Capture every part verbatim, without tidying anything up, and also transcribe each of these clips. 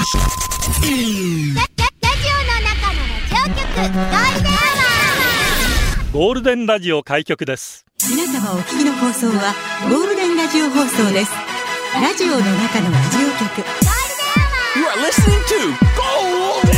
ゴールデンラジオ開局です。 皆様お聞きの放送はゴールデンラジオ放送です。ラジオの中のラジオ局 You are listening to Golden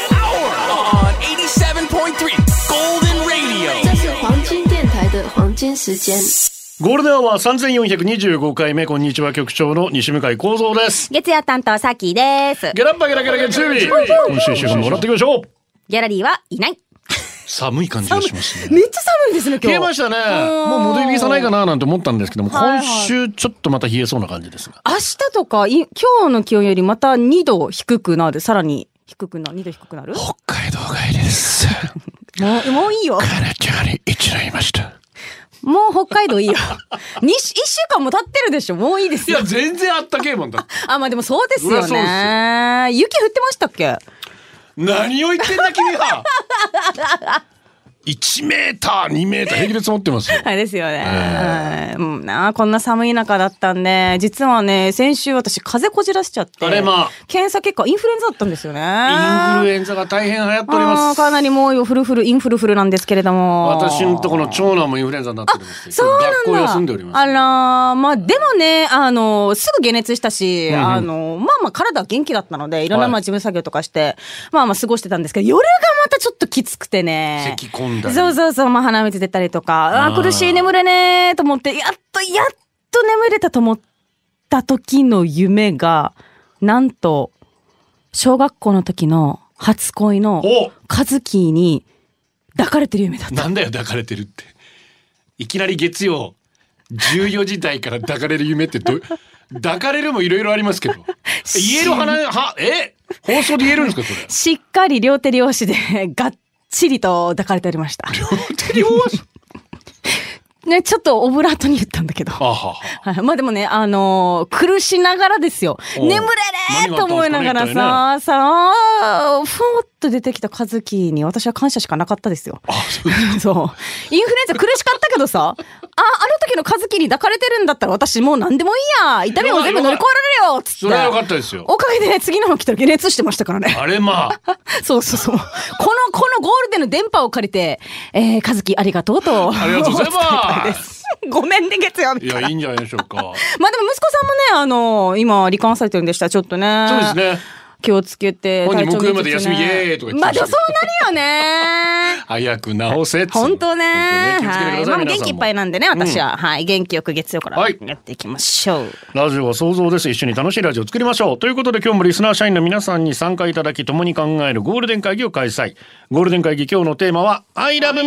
Hour on エイティセブンポイントスリー Golden Radio。 这是黄金電台的黄金時間。 ゴールデンアワーさんぜんよんひゃくにじゅうごかいめ。こんにちは、局長の西向井光三です。 月曜担当さきです。 ゲラッパゲラゲラ月曜日、今週一週間もらっていきましょう。 ギャラリーはいない。 寒い感じがしますね。 めっちゃ寒いですね今日。 冷えましたね。もう戻りさないかななんて思ったんですけども、 はいはい、 今週ちょっとまた冷えそうな感じですが、 明日とかい今日の気温よりまたにど低くなる。さらに低くなる。にど低くなる。 北海道がいいですもう、もういいよ。 カナちゃんに一度言いました。 もう北海道いいよ。に一週間も経ってるでしょ。もういいですよ。 いや全然あったけえもんだ。 あ、まあでもそうですよね。雪降ってましたっけ。 何を言ってんだ君は。いちメーターにメーター平気で積もってますよ。 はいですよね、 えーうん、なあこんな寒い中だったんで、実はね先週私風邪こじらしちゃって、 あれまあ検査結果インフルエンザだったんですよね。 インフルエンザが大変流行っております。 かなりもうフルフルインフルフルなんですけれども、 私のところの長男もインフルエンザになってるんですけど、 そうなんだ。 学校休んでおります。 あらまあでもね、あのすぐ解熱したし、うんうん、あのまあまあ体は元気だったのでいろんなまあ事務作業とかして、はい、まあまあ過ごしてたんですけど、夜がまたちょっときつくてね、 咳込んだり、 そうそうそう、まあ、鼻水出たりとか、あー苦しい、眠れねーと思って、やっとやっと眠れたと思った時の夢が、なんと小学校の時の初恋のカズキに抱かれてる夢だった。 なんだよ抱かれてるって。いきなり月曜じゅうよじ台から抱かれる夢ってど抱かれるもいろいろありますけど、言える話はえ放送で言えるんですかそれ。 しっかり両手両足でがっちりと抱かれておりました。 両手両足ね、ちょっとオブラートに言ったんだけど。 あははまあでもね、あのー、苦しながらですよ。眠れねーと思いながらさ、さあ、ふわっと出てきたカズキに私は感謝しかなかったですよ。 あ、そうそう。インフルエンザ苦しかったけどさ、あ、あの時のカズキに抱かれてるんだったら私もう何でもいいや。痛みも全部乗り越えられるよつって。 それはよかったですよ。 おかげでね、次の日来たら解熱してましたからね。 あれまあ。 そうそうそう。この、このゴールデンの電波を借りて、えー、カズキありがとうと。 ありがとうございます。 ごめんね月曜日から。 いやいいんじゃないでしょうか。まあでも息子さんもね、あの今離婚されてるんでした。ちょっとね。 そうですね。 気をつけて。 本人木曜まで休みイエーイとか言ってまあでもそうなるよね。 早く治せっつ。 本当ね。 気をつけてください。 まあ元気いっぱいなんでね私は、うん、はい元気よく月曜からやっていきましょう。はい、 ラジオは想像です。一緒に楽しいラジオを作りましょうということで、今日もリスナー社員の皆さんに参加いただき共に考えるゴールデン会議を開催。ゴールデン会議今日のテーマは I love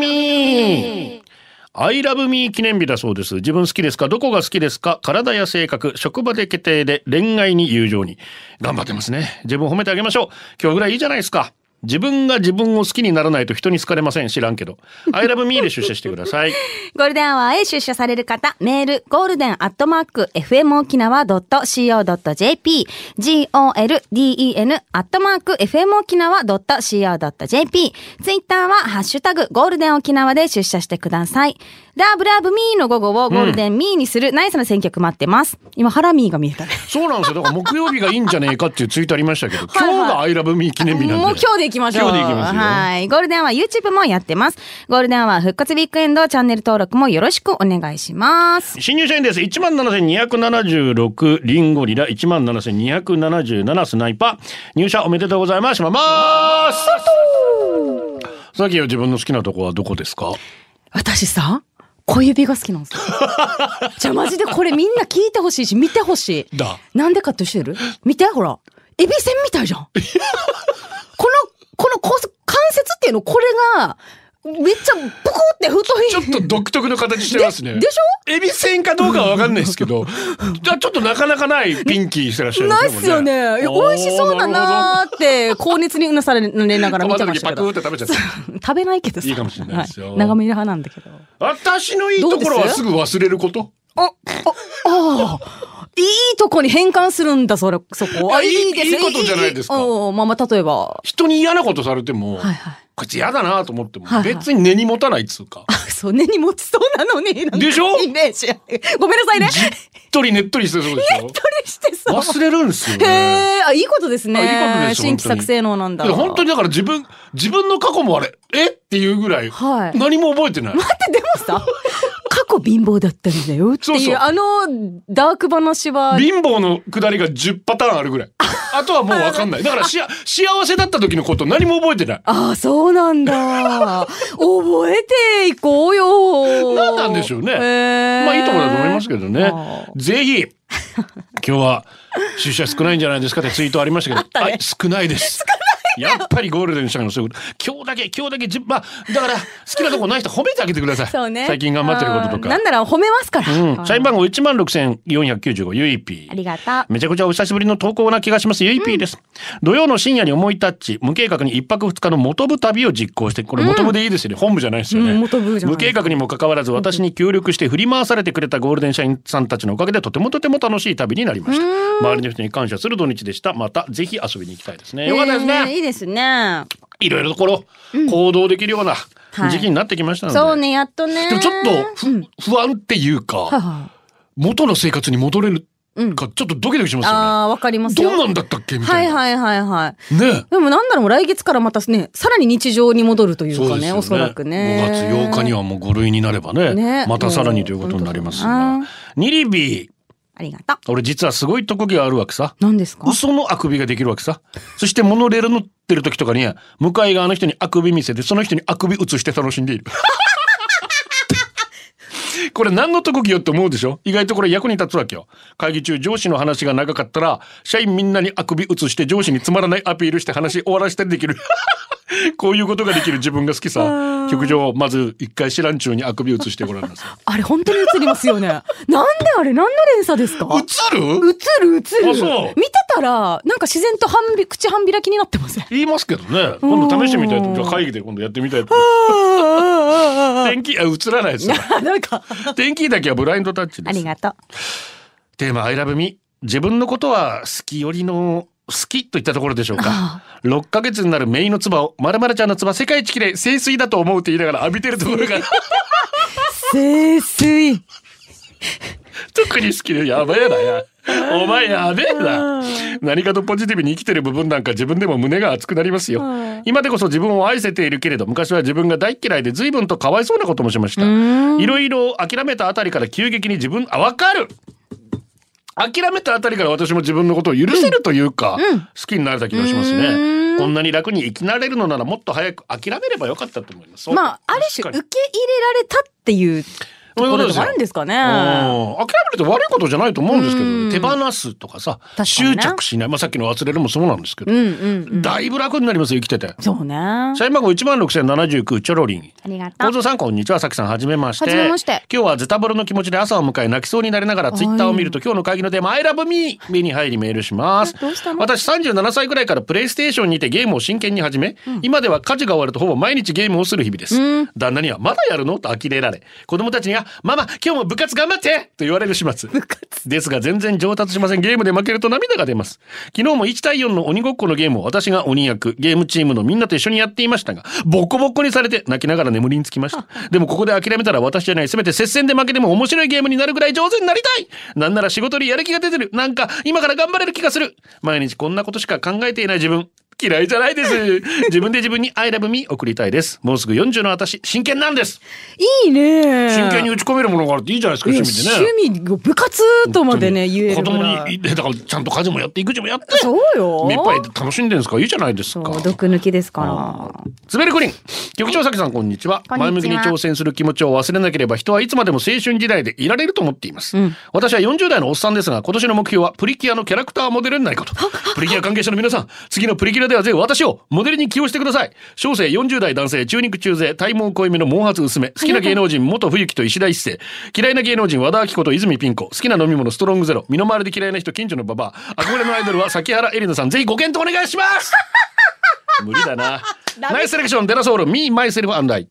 me。I love me 記念日だそうです。自分好きですか？どこが好きですか？体や性格、職場で決定で、恋愛に友情に。頑張ってますね。自分を褒めてあげましょう。今日ぐらいいいじゃないですか。自分が自分を好きにならないと人に好かれません。知らんけど。I love me で出社してください。 ゴールデンアワーへ出社される方、メール、ゴールデンアットマーク、エフエム 沖縄 ドット シーオー ドット ジェーピー、ゴールデン アットマーク、エフエム 沖縄 ドット シーオー ドット ジェーピー、ツイッターはハッシュタグ、ゴールデン沖縄で出社してください。ラブラブミーの午後をゴールデンミーにするナイスな選曲待ってます。今、ハラミーが見えたね。 そうなんですよ。だから木曜日がいいんじゃねえかっていうツイートありましたけど、今日が I love me 記念日なんで。 もう今日で行きましょう。 今日で行きますよ。 はい。ゴールデンアワー YouTube もやってます。ゴールデンアワー復活ウィークエンドチャンネル登録もよろしくお願いします。 新入社員です。いちまんななせんにひゃくななじゅうろくリンゴリラ、いちまんななせんにひゃくななじゅうななスナイパー。入社おめでとうございます。しまます。さっきは自分の好きなとこはどこですか？ 私さ、小指が好きなんですよ。じゃあマジでこれみんな聞いてほしいし見てほしい。 だ。 なんでかって知ってる？見てほら。エビせんみたいじゃん。この、この関節っていうの、これが、めっちゃぷこって太い。 ちょっと独特の形してますね。 で, でしょ？ エビせんかどうかは分かんないですけど、じゃあちょっとなかなかないピンキーしてらっしゃるんですね。 ないっすよね。美味しそうだなーって高熱にうなされながら見てましたけど。 パクって食べちゃった。 食べないけどさ。 いいかもしれないですよ。 はい、長め派なんだけど。 私のいいところはすぐ忘れること。 あ、あ、ああ。いいとこに変換するんだ、それ、そこ。 あ、いいですね。いいことじゃないですか。 おまあまあ、例えば。 人に嫌なことされても、はいはい、こいつ嫌だなと思っても、はいはい、別に根に持たないっつうか。 あ、そう、根に持ちそうなのに。 でしょ？ イメージ。ごめんなさいね。 じっとりねっとりしてそうでしょ。 ねっとりしてそう。 忘れるんですよへね。 え、あ、いいことですね。 あいいことですよ新規作性能なんだ。 いや本当にだから自分自分の過去もあれえっていうぐらい、 はい、 何も覚えてない。 待ってでもさ過去貧乏だったんだよっていう、そうそう、あのダーク話は貧乏のくだりがじゅうパターンあるぐらい。あとはもう分かんない。だからしあ幸せだった時のこと何も覚えてない。 ああそうなんだ。覚えていこうよ。 何なんでしょうね。まあいいところだと思いますけどね。ぜひ今日は出社少ないんじゃないですかってツイートありましたけど、ね、はい少ないです。やっぱりゴールデン社員のそういうこと。今日だけ今日だけじまあだから好きなとこない人褒めてあげてください。そうね。最近頑張ってることとか。 なんなら褒めますから。 うん。社員番号いちまんろくせんよんひゃくきゅうじゅうごユイピー。 ありがとう。 めちゃくちゃお久しぶりの投稿な気がしますユイピーです、うん。土曜の深夜に思いタッチ無計画にいっぱくふつかの元部旅を実行してこれ元部でいいですよね、うん、本部じゃないですよね。うん、元部じゃない。無計画にもかかわらず私に協力して振り回されてくれたゴールデン社員さんたちのおかげでとてもとても楽しい旅になりました。周りの人に感謝する土日でした。またぜひ遊びに行きたいですね。よかったですね。えー、 いいですね。 いろいろところ、うん、行動できるような時期になってきましたので、 はい、そうねやっとね。 でもちょっとふ、うん、不安っていうか、はは元の生活に戻れるかちょっとドキドキしますよね。 ああわかりますよ。 どうなんだったっけみたいな。 はいはいはいはい。 ね。 でもなんだろう来月からまたねさらに日常に戻るというか ね, ねおそらくね。 ごがつようかにはもうご類になれば ね, ねまたさらにということになりますが、ニリビー。 ありがとう。 俺実はすごい特技があるわけさ。 何ですか？ 嘘のあくびができるわけさ。そしてモノレール乗ってる時とかに向かい側の人にあくび見せてその人にあくび映して楽しんでいる。これ何の特技よって思うでしょ。意外とこれ役に立つわけよ。会議中上司の話が長かったら社員みんなにあくび映して上司につまらないアピールして話終わらせたりできる。こういうことができる自分が好きさ。局長まず一回知らん中にあくび映してごらんなさい。 あれ本当に映りますよね。なんであれ何の連鎖ですか？ 映る？ 映る映る。 あ、そう。 見てたらなんか自然と半び口半開きになってません？ 言いますけどね。今度試してみたいと。じゃあ会議で今度やってみたいと。天気あ映らないですね。 なんか天気だけはブラインドタッチです。 ありがとう。 テーマ I love me。自分のことは好きよりの好きといったところでしょうか。ろっかげつになるメイの唾をまるまるちゃんの唾世界一きれい清水だと思うって言いながら浴びてるところが清水特に好きでやべえなやお前やべえな。何かとポジティブに生きてる部分なんか自分でも胸が熱くなりますよ。今でこそ自分を愛せているけれど昔は自分が大嫌いで随分とかわいそうなこともしました。いろいろ諦めたあたりから急激に自分あわかる諦めたあたりから私も自分のことを許せるというか、うん、好きになれた気がしますね。こんなに楽に生きなれるのならもっと早く諦めればよかったと思います。 まあある種受け入れられたっていうところでもあるんですかね。 諦めるって悪いことじゃないと思うんですけど、ね、手放すとかさか、ね、執着しない、まあ、さっきの忘れるもそうなんですけど、うんうんうん、だいぶ楽になりますよ生きてて。 そうね。 社員番号いちまんろくせんななじゅうきゅうチョロリン。 ありがとう。 構造さんこんにちは。さきさんはじめまして。 はじめまして。 今日はズタボロの気持ちで朝を迎え泣きそうになりながらツイッターを見ると今日の会議のテーマ I love me 目に入りメールします。 どうしたの？ 私さんじゅうななさいぐらいからプレイステーションにてゲームを真剣に始め、うん、今では家事が終わるとほぼ毎日ゲームをする日々です、うん、旦那にはまだやるのと呆れられ子供たちにはママ今日も部活頑張ってと言われる始末ですが全然上達しません。ゲームで負けると涙が出ます。昨日もいちたいよんの鬼ごっこのゲームを私が鬼役ゲームチームのみんなと一緒にやっていましたがボコボコにされて泣きながら眠りにつきました。でもここで諦めたら私じゃない全て接戦で負けても面白いゲームになるぐらい上手になりたい。なんなら仕事にやる気が出てる。なんか今から頑張れる気がする。毎日こんなことしか考えていない自分嫌いじゃないです。自分で自分に I love me 送りたいです。もうすぐよんじゅうの私真剣なんです。 いいね。 真剣に打ち込めるものがあるっていいじゃないですか。趣味でね。 趣味部活とまでね言える子供にだからちゃんと家事もやって育児もやってそうよ。 いっぱい楽しんでるんですか。いいじゃないですか。 毒抜きですから。 スベルクリン局長さきさんこんにちは。前向きに挑戦する気持ちを忘れなければ人はいつまでも青春時代でいられると思っています、うん、私はよんじゅう代のおっさんですが今年の目標はプリキュアのキャラクターモデルになること。プリキュア関係者の皆さん次のプリキュアではぜひ私をモデルに起用してください。小生よんじゅう代男性中肉中背体毛濃いめの毛髪薄め好きな芸能人元冬木と石田一世嫌いな芸能人和田アキ子と泉ピン子好きな飲み物ストロングゼロ身の回りで嫌いな人近所のババア憧れのアイドルは崎原エリナさんぜひご検討お願いします。無理だな。ナイスセレクションデラソウルミーマイセルフアンダイ。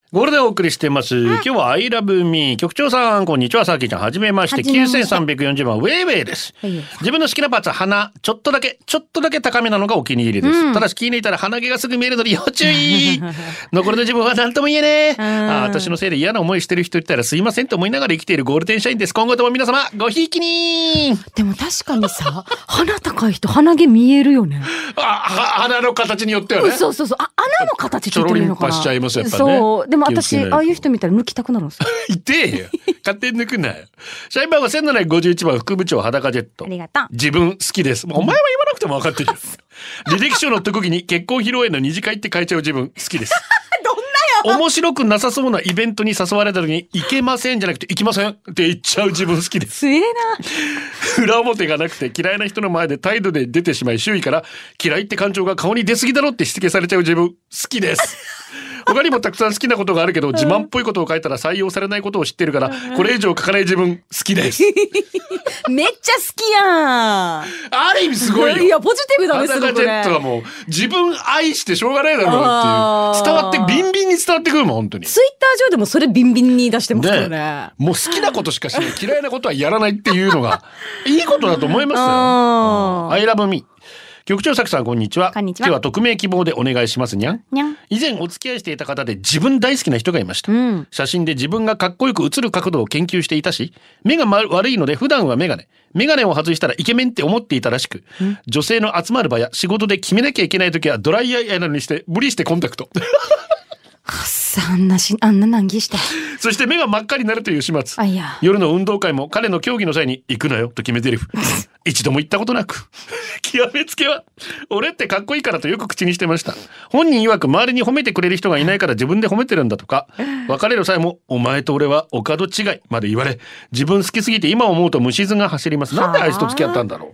ゴールデンお送りしています。今日は I love me 局長さんこんにちは。さきちゃんはじめまして。きゅうせんさんびゃくよんじゅうばんウェイウェイです。自分の好きなパーツは鼻ちょっとだけちょっとだけ高めなのがお気に入りです、うん、ただし気抜いたら鼻毛がすぐ見えるので要注意残りの自分は何とも言えねえあ私のせいで嫌な思いしてる人いたらすいませんと思いながら生きているゴールデン社員です。今後とも皆様ごひいきに。 でも確かにさ鼻高い人鼻毛見えるよね。 あ鼻の形によってはね。 そうそうそうあ穴の形って言ってるのかな。 ちょろりんぱしちゃいますやっぱね。 そうでも私ああいう人見たら抜きたくなるんですよ。 痛えよ勝手に抜くなよ。社員番号せんななひゃくごじゅういちばん副部長裸ジェット。 ありがとう。 自分好きです。お前は言わなくても分かってるよ履歴書の特技に結婚披露宴の二次会って書いちゃう自分好きですどんなよ。 面白くなさそうなイベントに誘われた時に行けませんじゃなくて行きませんって言っちゃう自分好きです。 強えな裏表がなくて嫌いな人の前で態度で出てしまい周囲から嫌いって感情が顔に出過ぎだろってしつけされちゃう自分好きです他にもたくさん好きなことがあるけど自慢っぽいことを書いたら採用されないことを知ってるからこれ以上書かない自分好きですめっちゃ好きやん。 ある意味すごいよ。 いやポジティブだねすごくね。 裸ジェットはもう自分愛してしょうがないだろうっていう伝わってビンビンに伝わってくるもん本当に。 ツイッター上でもそれビンビンに出してますからね。 もう好きなことしかしない嫌いなことはやらないっていうのがいいことだと思いますよ。I love me局長さきさんこんにちは。 こんにちは。 今日は匿名希望でお願いしますにゃん。 にゃん。 以前お付き合いしていた方で自分大好きな人がいました、うん、写真で自分がかっこよく写る角度を研究していたし目が悪いので普段はメガネメガネを外したらイケメンって思っていたらしく、うん、女性の集まる場や仕事で決めなきゃいけない時はドライアイアイなのにして無理してコンタクトあんなしあんな難儀したそして目が真っ赤になるという始末。 あいや夜の運動会も彼の競技の際に行くなよと決め台詞一度も行ったことなく極めつけは俺ってかっこいいからとよく口にしてました。本人曰く周りに褒めてくれる人がいないから自分で褒めてるんだとか別れる際もお前と俺はお門違いまで言われ自分好きすぎて今思うと虫唾が走ります。なんであいつと付き合ったんだろう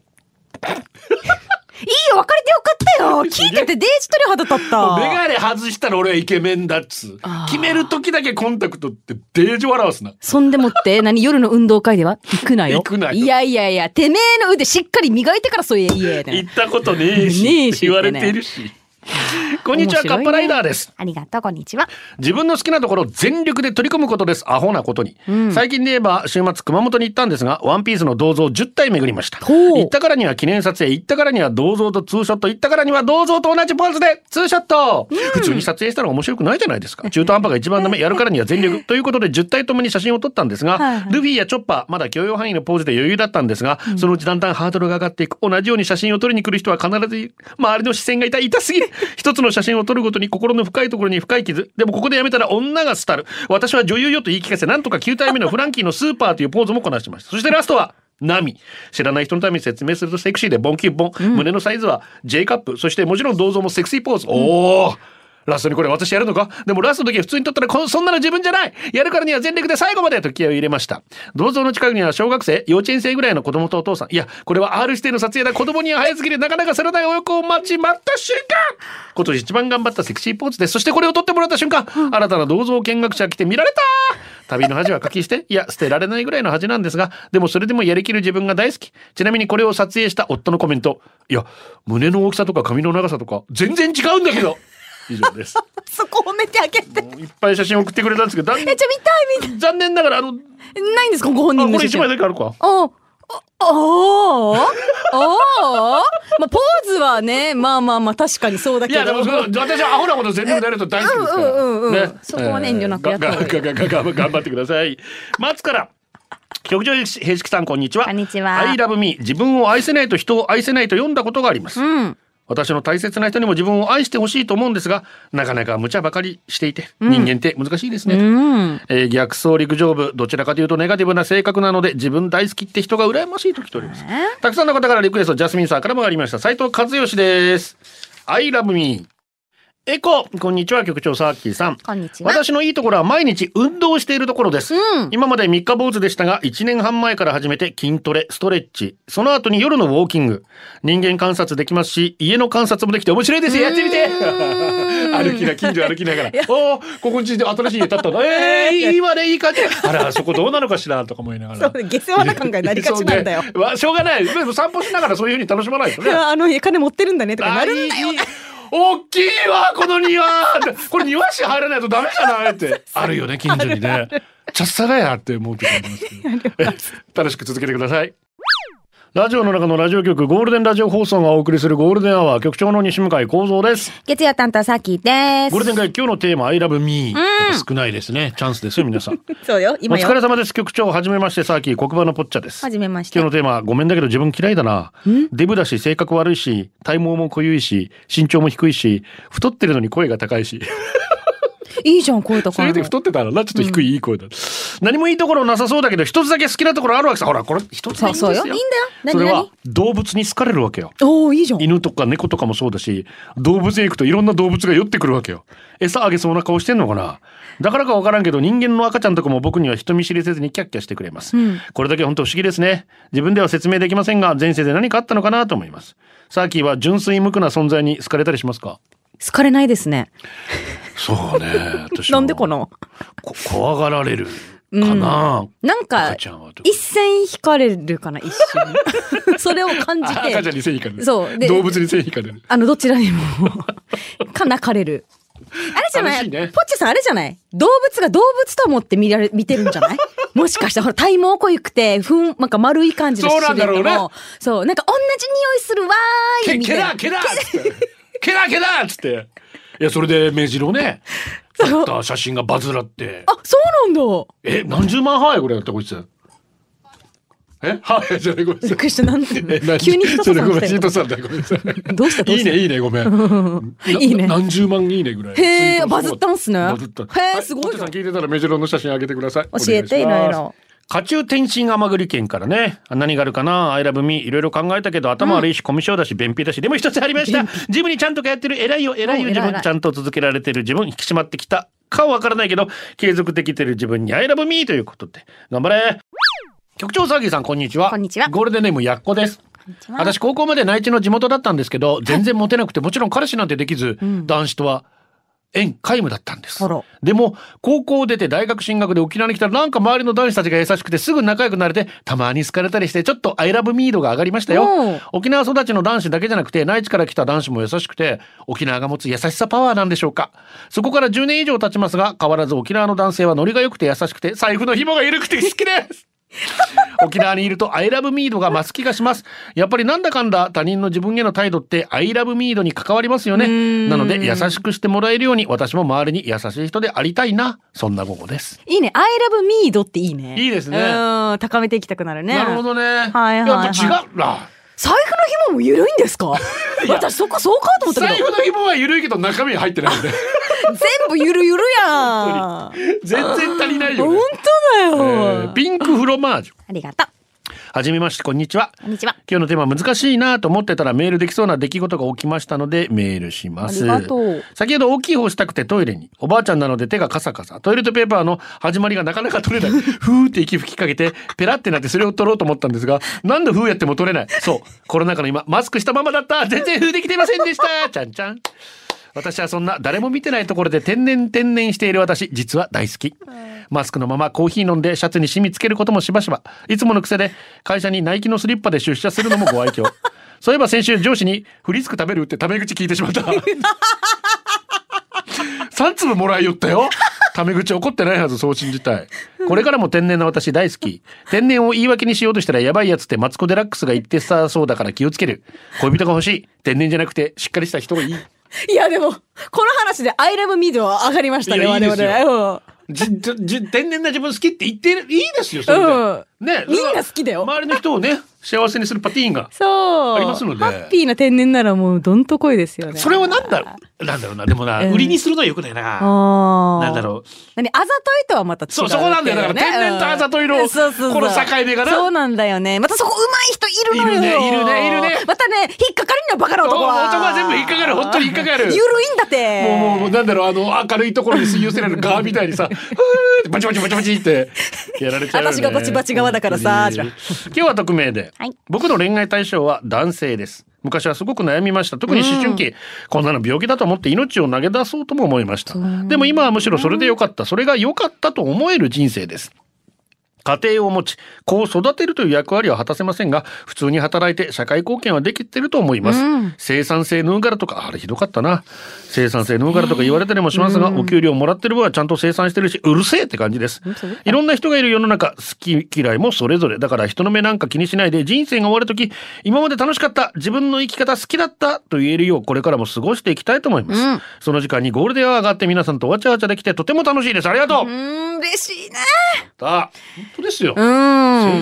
いいよ別れてよかったよ聞いててデージ鳥肌立ったメガネ外したら俺はイケメンだっつ決める時だけコンタクトってデージ笑わすな。 そんでもって何夜の運動会では行くなよ行くなよ。 いやいやいやてめえの腕しっかり磨いてからそう言え行ったことねえしねえし言われているしこんにちは、カッパライダーです。 ありがとう、こんにちは。 自分の好きなところ全力で取り込むことです。アホなことに、うん、最近で言えば週末熊本に行ったんですがワンピースの銅像じゅったい巡りました。行ったからには記念撮影、行ったからには銅像とツーショット、行ったからには銅像と同じポーズでツーショット、うん、普通に撮影したら面白くないじゃないですか。中途半端が一番ダメ、やるからには全力ということでじゅったいともに写真を撮ったんですが、はいはい、ルフィやチョッパーまだ許容範囲のポーズで余裕だったんですが、うん、そのうちだんだんハードルが上がっていく。同じように写真を撮りに来る人は必ず周りの視線が痛い痛すぎる一つの写真を撮るごとに心の深いところに深い傷。でもここでやめたら女が廃る。私は女優よと言い聞かせ、なんとかきゅうたいめのフランキーのスーパーというポーズもこなしました。そしてラストはナミ。知らない人のために説明するとセクシーでボンキュッボン、うん、胸のサイズは J カップ、そしてもちろん銅像もセクシーポーズ、うん、おーラストにこれ私やるのか。でもラストの時は普通に撮ったらそんなの自分じゃない、やるからには全力で最後までと気合を入れました。銅像の近くには小学生幼稚園生ぐらいの子供とお父さん。いやこれは R 指定の撮影だ。子供には早すぎる、なかなかされないお横を待ち待った瞬間、今年一番頑張ったセクシーポーズです。そしてこれを撮ってもらった瞬間、新たな銅像見学者が来て見られた。旅の恥は書き捨て、いや捨てられないぐらいの恥なんですが、でもそれでもやりきる自分が大好き。ちなみにこれを撮影した夫のコメント、いや胸の大きさとか髪の長さとか全然違うんだけど以上ですそこ褒めてあげて。 いっぱい写真送ってくれたんですけど、 え、ちょ見たい見たい。 残念ながらあのないんですかご本人の写真。 これ一枚だけあるか。 あああおーまあポーズはね、まあまあまあ確かにそうだけど、いやでも私はアホなこと全力でやると大好きですから、うんうんうん、ね、 そこはね遠慮なくやった方がいい。 頑張ってください。松から局長平敷さんこんにちは。 こんにちは。 I love me。 自分を愛せないと人を愛せないと読んだことがあります、うん、私の大切な人にも自分を愛してほしいと思うんですが、なかなか無茶ばかりしていて、うん、人間って難しいですね、うんえー、逆走陸上部、どちらかというとネガティブな性格なので自分大好きって人が羨ましいと来ております、えー、たくさんの方からリクエスト、ジャスミンさんからもありました。斉藤和義です。 I love me。エコ、こんにちは局長サーキーさん。 こんにちは。 私のいいところは毎日運動しているところです、うん、今まで三日坊主でしたがいちねんはん前から始めて筋トレ、ストレッチ、その後に夜のウォーキング、人間観察できますし家の観察もできて面白いですよ。やってみて歩きな近所歩きながらおーここについて新しい家建ったんだえーいいわねいい感じあらそこどうなのかしらとか思いながらそう下世話な考えなりがちなんだよ、 ね、しょうがない。でも散歩しながらそういう風に楽しまないとね。 あの家金持ってるんだねとかなるんだよ。 大きいわこの庭これ庭師入らないとダメじゃないってあるよね近所にねちゃっさがやって思ってますけど楽しく続けてください。ラジオの中のラジオ局ゴールデンラジオ放送がお送りするゴールデンアワー、局長の西向井光三です。 月曜担当さきです。 ゴールデン会今日のテーマ I love me、うん、少ないですね。チャンスですよ皆さんそうよ今よ。 お疲れ様です。局長はじめまして、さき黒板のぽっちゃです。 はじめまして。 今日のテーマ、ごめんだけど自分嫌いだな。デブだし性格悪いし体毛も濃ゆいし身長も低いし太ってるのに声が高いしいいじゃん声高いの。 それで太ってたらなちょっと低いいい声だ、うん、何もいいところなさそうだけど一つだけ好きなところあるわけさ。ほらこれ一つでいいんですよ。 そうそうよいいんだよ。何それは動物に好かれるわけよ。 おーいいじゃん。 犬とか猫とかもそうだし動物園行くといろんな動物が寄ってくるわけよ。餌あげそうな顔してんのかな。だからかわからんけど人間の赤ちゃんとかも僕には人見知りせずにキャッキャしてくれます、うん、これだけ本当不思議ですね。自分では説明できませんが前世で何かあったのかなと思います。サーキーは純粋無垢な存在に好かれたりしますか。 好かれないですね。 そうね私なんでかなこ怖がられるかな、 うん、なんか一線引かれるかな一瞬それを感じて赤ちゃんに線引かれる。 そうで動物に線引かれる。 あのどちらにもかなかれるあれじゃない、ね、ポッチさんあれじゃない、動物が動物と思って見られ見てるんじゃないもしかしたらほら体毛濃ゆくてふんなんか丸い感じのそうなんだろうね。 そうなんか同じ匂いするわーいみたいな。 ケラケラケラケラっつっていやそれで目白ね撮った写真がバズらって。 あそうなんだ。 え何十万ハワイぐらいだったこいつ。えハワイじゃないごめんなさい。 びっくりした。なんで急に人さんごめんヒトさんだごめんなさい。 どうしたどうした。 いいねいいねごめんいいね何十万いいねぐらい。 へえバズったんすね。 バズった。 へえすごい。 ポッチさん聞いてたら目白の写真あげてください。 教えていろいろ。 家中天津甘栗県からね。何があるかな。アイラブミいろいろ考えたけど頭悪いし、コミュ障だし便秘だし、でも一つありました。ジムにちゃんと通ってる偉いよ偉いよ自分ちゃんと続けられてる自分引き締まってきたかわからないけど継続できてる自分にアイラブミということで頑張れ。局長サーギーさんこんにちは。 こんにちは。 ゴールデンネームやっこです。私高校まで内地の地元だったんですけど全然モテなくてもちろん彼氏なんてできず、うん、男子とは縁皆無だったんです。でも高校出て大学進学で沖縄に来たらなんか周りの男子たちが優しくてすぐ仲良くなれてたまに好かれたりしてちょっとアイラブミー度が上がりましたよ。沖縄育ちの男子だけじゃなくて内地から来た男子も優しくて沖縄が持つ優しさパワーなんでしょうか。そこからじゅうねん以上経ちますが変わらず沖縄の男性はノリが良くて優しくて財布の紐が緩くて好きです沖縄にいるとアイラブミードが増す気がします。やっぱりなんだかんだ他人の自分への態度ってアイラブミードに関わりますよね。なので優しくしてもらえるように私も周りに優しい人でありたいな、そんな午後です。 いいね、アイラブミードっていいね。 いいですね。 うん高めていきたくなるね。 なるほどね。はいはい、はい、 やっぱ違うな。 財布の紐も緩いんですか私そこそうかと思ったけど。 財布の紐は緩いけど中身入ってないんで全部ゆるゆるやん。 全然足りないよね。 本当だよ、 えー、ピンクフロマージュ。 ありがとう。 はじめましてこんにちは。 こんにちは。 今日のテーマ難しいなと思ってたらメールできそうな出来事が起きましたのでメールします。 ありがとう。 先ほど大きい方したくてトイレに、おばあちゃんなので手がカサカサ、トイレットペーパーの始まりがなかなか取れないふーって息吹きかけてペラってなってそれを取ろうと思ったんですが何度ふーやっても取れない。そうコロナ禍の今マスクしたままだった。全然ふーできてませんでしたちゃんちゃん。私はそんな誰も見てないところで天然天然している私実は大好き。マスクのままコーヒー飲んでシャツに染みつけることもしばしば、いつもの癖で会社にナイキのスリッパで出社するのもご愛嬌そういえば先週上司にフリスク食べるってタメ口聞いてしまったさん粒もらいよったよ。タメ口怒ってないはず、そう信じたい。これからも天然な私大好き。天然を言い訳にしようとしたらやばいやつってマツコ・デラックスが言ってさそうだから気をつける。恋人が欲しい。天然じゃなくてしっかりした人がいい。 いやでもこの話でアイラブミードは上がりましたね。 いやいいですよ。 うん、 じじ天然な自分好きって言っていいですよそれで、うんね、みんな好きだよ。 周りの人をね幸せにするパティーンがそうありますので、 ハッピーな天然ならもうどんとこいですよね。 それはなんだろうなんだろうな。でもな、うん、売りにするのはよくないな。なんだろう何あざといとはまた違う、ね、 そうそこなんだよ。だから天然とあざといの、うん、そうそうそうこの境目がな。 そうなんだよね。またそこ上手い人いるのよ。 いるねいるねいるね。 またね引っかかりのバカな男は男は全部引っかかる。本当に引っかかる。 ゆるいんだってもうもうなんだろうあの明るいところに吸い寄せられるガーみたいにさバチバチバチバチってやられちゃうよね。 私がバチバチ側だからさ。 今日は匿名で、はい、僕の恋愛対象は男性です。昔はすごく悩みました。特に思春期、うん、こんなの病気だと思って命を投げ出そうとも思いました。でも今はむしろそれでよかった。それが良かったと思える人生です。 家庭を持ち子を育てるという役割は果たせませんが、普通に働いて社会貢献はできてると思います、うん、生産性ヌーガラとか、あれひどかったな、生産性ヌーガラとか言われたりもしますが、お給料もらってる分はちゃんと生産してるし、うるせえって感じです。いろんな人がいる世の中、好き嫌いもそれぞれだから、人の目なんか気にしないで、人生が終わるとき、今まで楽しかった、自分の生き方好きだったと言えるよう、これからも過ごしていきたいと思います、うん、その時間にゴールデンアワーがあって皆さんとわちゃわちゃできてとても楽しいです。ありがとう。うーん、嬉しいね。 だ、本当ですよ。 うん、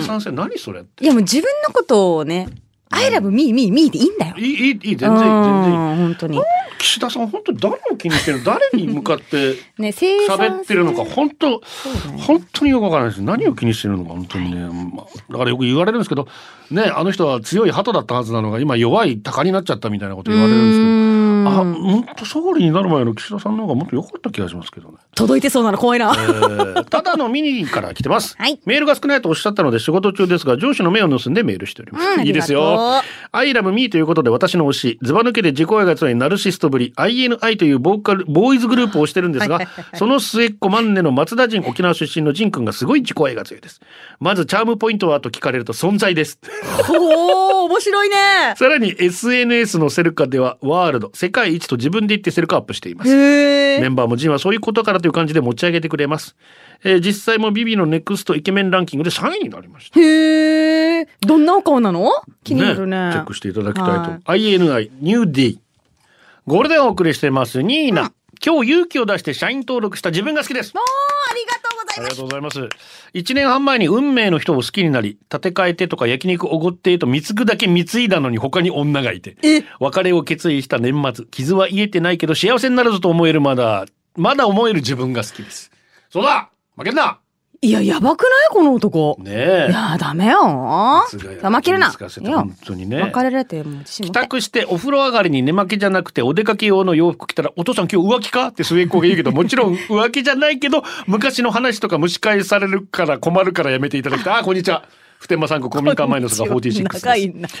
生産性何それって。 いやもう自分のことをね、I love me me me でいいんだよ。 いいいいいい、全然いい全然いい。 本当に。 岸田さん本当に誰を気にしてる、誰に向かって喋ってるのか本当、ね、本当によくわからないです。何を気にしてるのか本当にね、まあ、だからよく言われるんですけどね、あの人は強い鳩だったはずなのが今弱い鷹になっちゃったみたいなこと言われるんですけど、あ、本当総理になる前の岸田さんの方がもっと良かった気がしますけどね。 届いてそうなの怖いな、 えー、ただのミニから来てます、 はい、 メールが少ないとおっしゃったので仕事中ですが、上司の目を盗んでメールしております、うん、いいですよ。I love me ということで、私の推し、ずば抜けて自己愛が強いナルシストぶり アイエヌアイ というボーカルボーイズグループをしてるんですが、その末っ子マンネの松田仁、沖縄出身の仁君がすごい自己愛が強いです。まずチャームポイントはと聞かれると存在です。 おー、面白いね。 さらに エスエヌエス のセルカではワールド世界一と自分で言ってセルカアップしています。 へー、 メンバーも仁はそういうことからという感じで持ち上げてくれます、えー、実際もビビのネクストイケメンランキングでさんいになりました。 へー、どんなお顔なの？気になるね。 ね、チェックしていただきたいと、はい、アイエヌアイ ニューデイゴールデンをお送りしてますニーナ、うん、今日勇気を出して社員登録した自分が好きです。 おー、ありがとうございます。 ありがとうございます。いちねんはん前に運命の人を好きになり、立て替えてとか焼肉おごってと貢ぐだけ貢いだのに他に女がいて、別れを決意した年末、傷は癒えてないけど幸せになるぞと思える、まだまだ思える自分が好きです。そうだ、負けんな。 いや、やばくないこの男。 ねえ。 いや、ダメよ。負けるな。 本当にね。 別れられてもう自信持って。 帰宅してお風呂上がりに寝巻きじゃなくてお出かけ用の洋服着たら、お父さん今日浮気かって末っ子が言うけど、もちろん浮気じゃないけど、昔の話とか蒸し返されるから困るからやめていただきたい。あ、こんにちは。普天間産区公民館前の巣がよんじゅうろくです。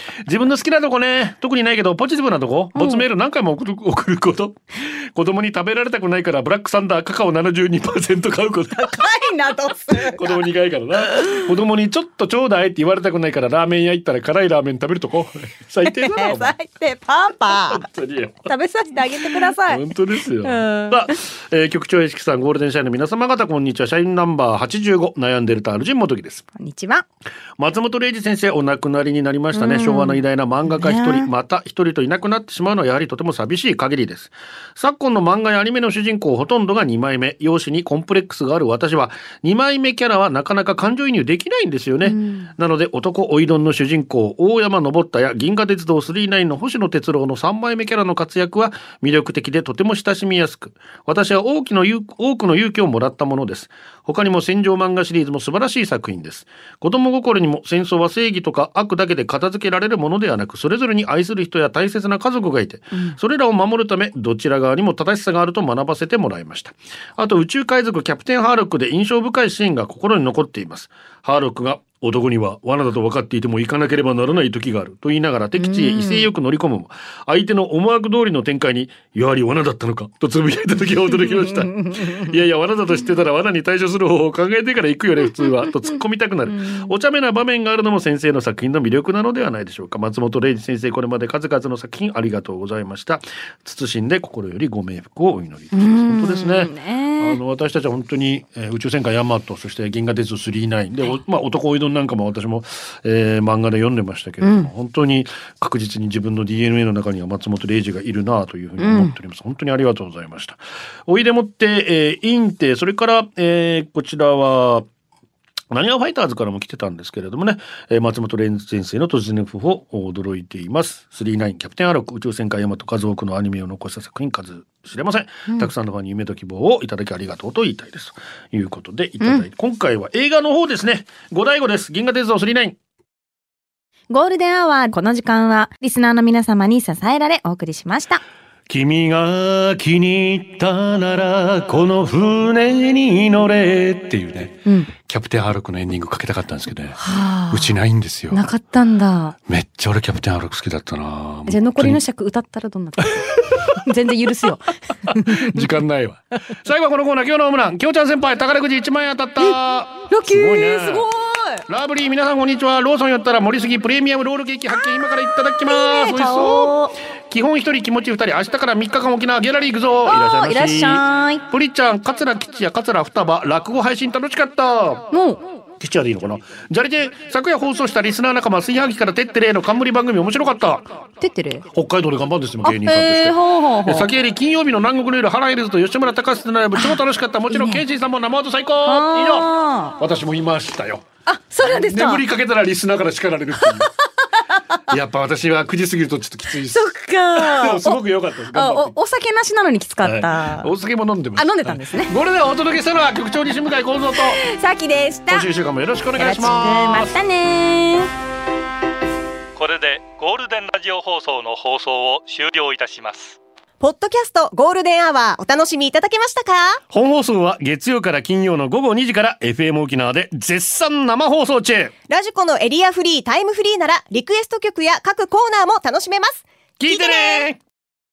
自分の好きなとこね、特にないけどポジティブなとこ、ボツメール何回も送る、送ること、子供に食べられたくないからブラックサンダーカカオ ななじゅうにパーセント 買うこと。 高いなどうする子供苦いからな。子供にちょっとちょうだいって言われたくないからラーメン屋行ったら辛いラーメン食べるとこ。最低だな。 最低。パパ本当によ、 食べさせてあげてください。 本当ですよ。さあ、えー、局長江敷さん、ゴールデン社員の皆様方こんにちは。社員ナンバーはちじゅうご、悩んでるタールジン元木です。 こんにちは。 松本零士先生、お亡くなりになりましたね。昭和の偉大な漫画家一人、また一人といなくなってしまうのはやはりとても寂しい限りです。昨今の漫画やアニメの主人公ほとんどがにまいめ、容姿にコンプレックスがある私はにまいめキャラはなかなか感情移入できないんですよね。なので男おいどんの主人公大山昇太や銀河鉄道スリーナインの星野哲郎のさんまいめキャラの活躍は魅力的でとても親しみやすく、私は多くの多くの勇気をもらったものです。他にも戦場漫画シリーズも素晴らしい作品です。子供心にも戦争は正義とか悪だけで片付けられるものではなく、それぞれに愛する人や大切な家族がいて、うん、それらを守るためどちら側にも正しさがあると学ばせてもらいました。あと宇宙海賊キャプテンハーロックで印象深いシーンが心に残っています。ハーロックが男には罠だと分かっていても行かなければならない時があると言いながら敵地へ威勢よく乗り込むも、相手の思惑通りの展開にやはり罠だったのかとつぶやいた時は驚きましたいやいや、罠だと知ってたら罠に対処する方法を考えてから行くよね普通はと突っ込みたくなるお茶目な場面があるのも先生の作品の魅力なのではないでしょうか。松本零士先生、これまで数々の作品ありがとうございました。謹んで心よりご冥福をお祈りいたします。本当ですね。あの私たちは本当に、えー、宇宙戦艦ヤマト、そして銀河鉄道スリーナインで、まあ、男おいどんなんかも私も、えー、漫画で読んでましたけれども、うん、本当に確実に自分の ディーエヌエー の中には松本零士がいるなというふうに思っております、うん、本当にありがとうございました。おいでもって、えー、インテ、それから、えー、こちらはなにわファイターズからも来てたんですけれどもね、えー、松本零士先生の突然の訃報を驚いています。スリーナイン、キャプテンハーロック、宇宙戦艦ヤマト、数多くのアニメを残した作品数知れません、うん、たくさんのファンに夢と希望をいただきありがとうと言いたいですということでいただいて、うん、今回は映画の方ですね。五醍醐です。銀河鉄道スリーナイン。 ゴールデンアワー、この時間はリスナーの皆様に支えられお送りしました。 君が気に入ったならこの船に乗れっていうね、うん、キャプテンハーロックのエンディングかけたかったんですけどね、はあ、うちないんですよ。 なかったんだ。 めっちゃ俺キャプテンハーロック好きだったな。 じゃあ残りの尺歌ったらどんな全然許すよ。 時間ないわ。最後はこのコーナー、今日のホームラン、きょうちゃん先輩宝くじいちまんえん当たった。 ラッキー、 すごいね。 すごい。 ラブリー、皆さんこんにちは。ローソン寄ったら盛りすぎプレミアムロールケーキ発見、今からいただきます。 いいね、 美味しそう。基本一人気持ち二人、明日からみっかかん沖縄ギャラリー行くぞ。いらっしゃいまし。 いらっしゃい。 プリちゃん、桂吉也、桂双葉、落語配信楽しかった。 もう吉也でいいのかな。じゃりで昨夜放送したリスナー仲間、炊飯器からてってれの冠番組面白かった。 てってれ北海道で頑張るんですよ、芸人さんとして。 ほうほうほう。 先より金曜日の南国の夜、ハライルズと吉村隆史のライブ超楽しかった。もちろんケンシーさんも生音最高。いいよ。私もいましたよ。 あ、そうなんですか。 眠りかけたらリスナーから叱られるっていう。やっぱ私はくじ過ぎるとちょっときついです。 そっか。 すごく良かったです。 あ、お、お酒なしなのにきつかった。 はい、お酒も飲んでます。 あ、飲んでたんですね。 これでお届けしたのは局長西向井幸三とさきでした。 今週いっしゅうかんもよろしくお願いします。 またね。 これでゴールデンラジオ放送の放送を終了いたします。 ポッドキャストゴールデンアワーお楽しみいただけましたか？ 本放送は月曜から金曜のごごにじから エフエム 沖縄で絶賛生放送中。 ラジコのエリアフリータイムフリーならリクエスト曲や各コーナーも楽しめます。 聞いてね。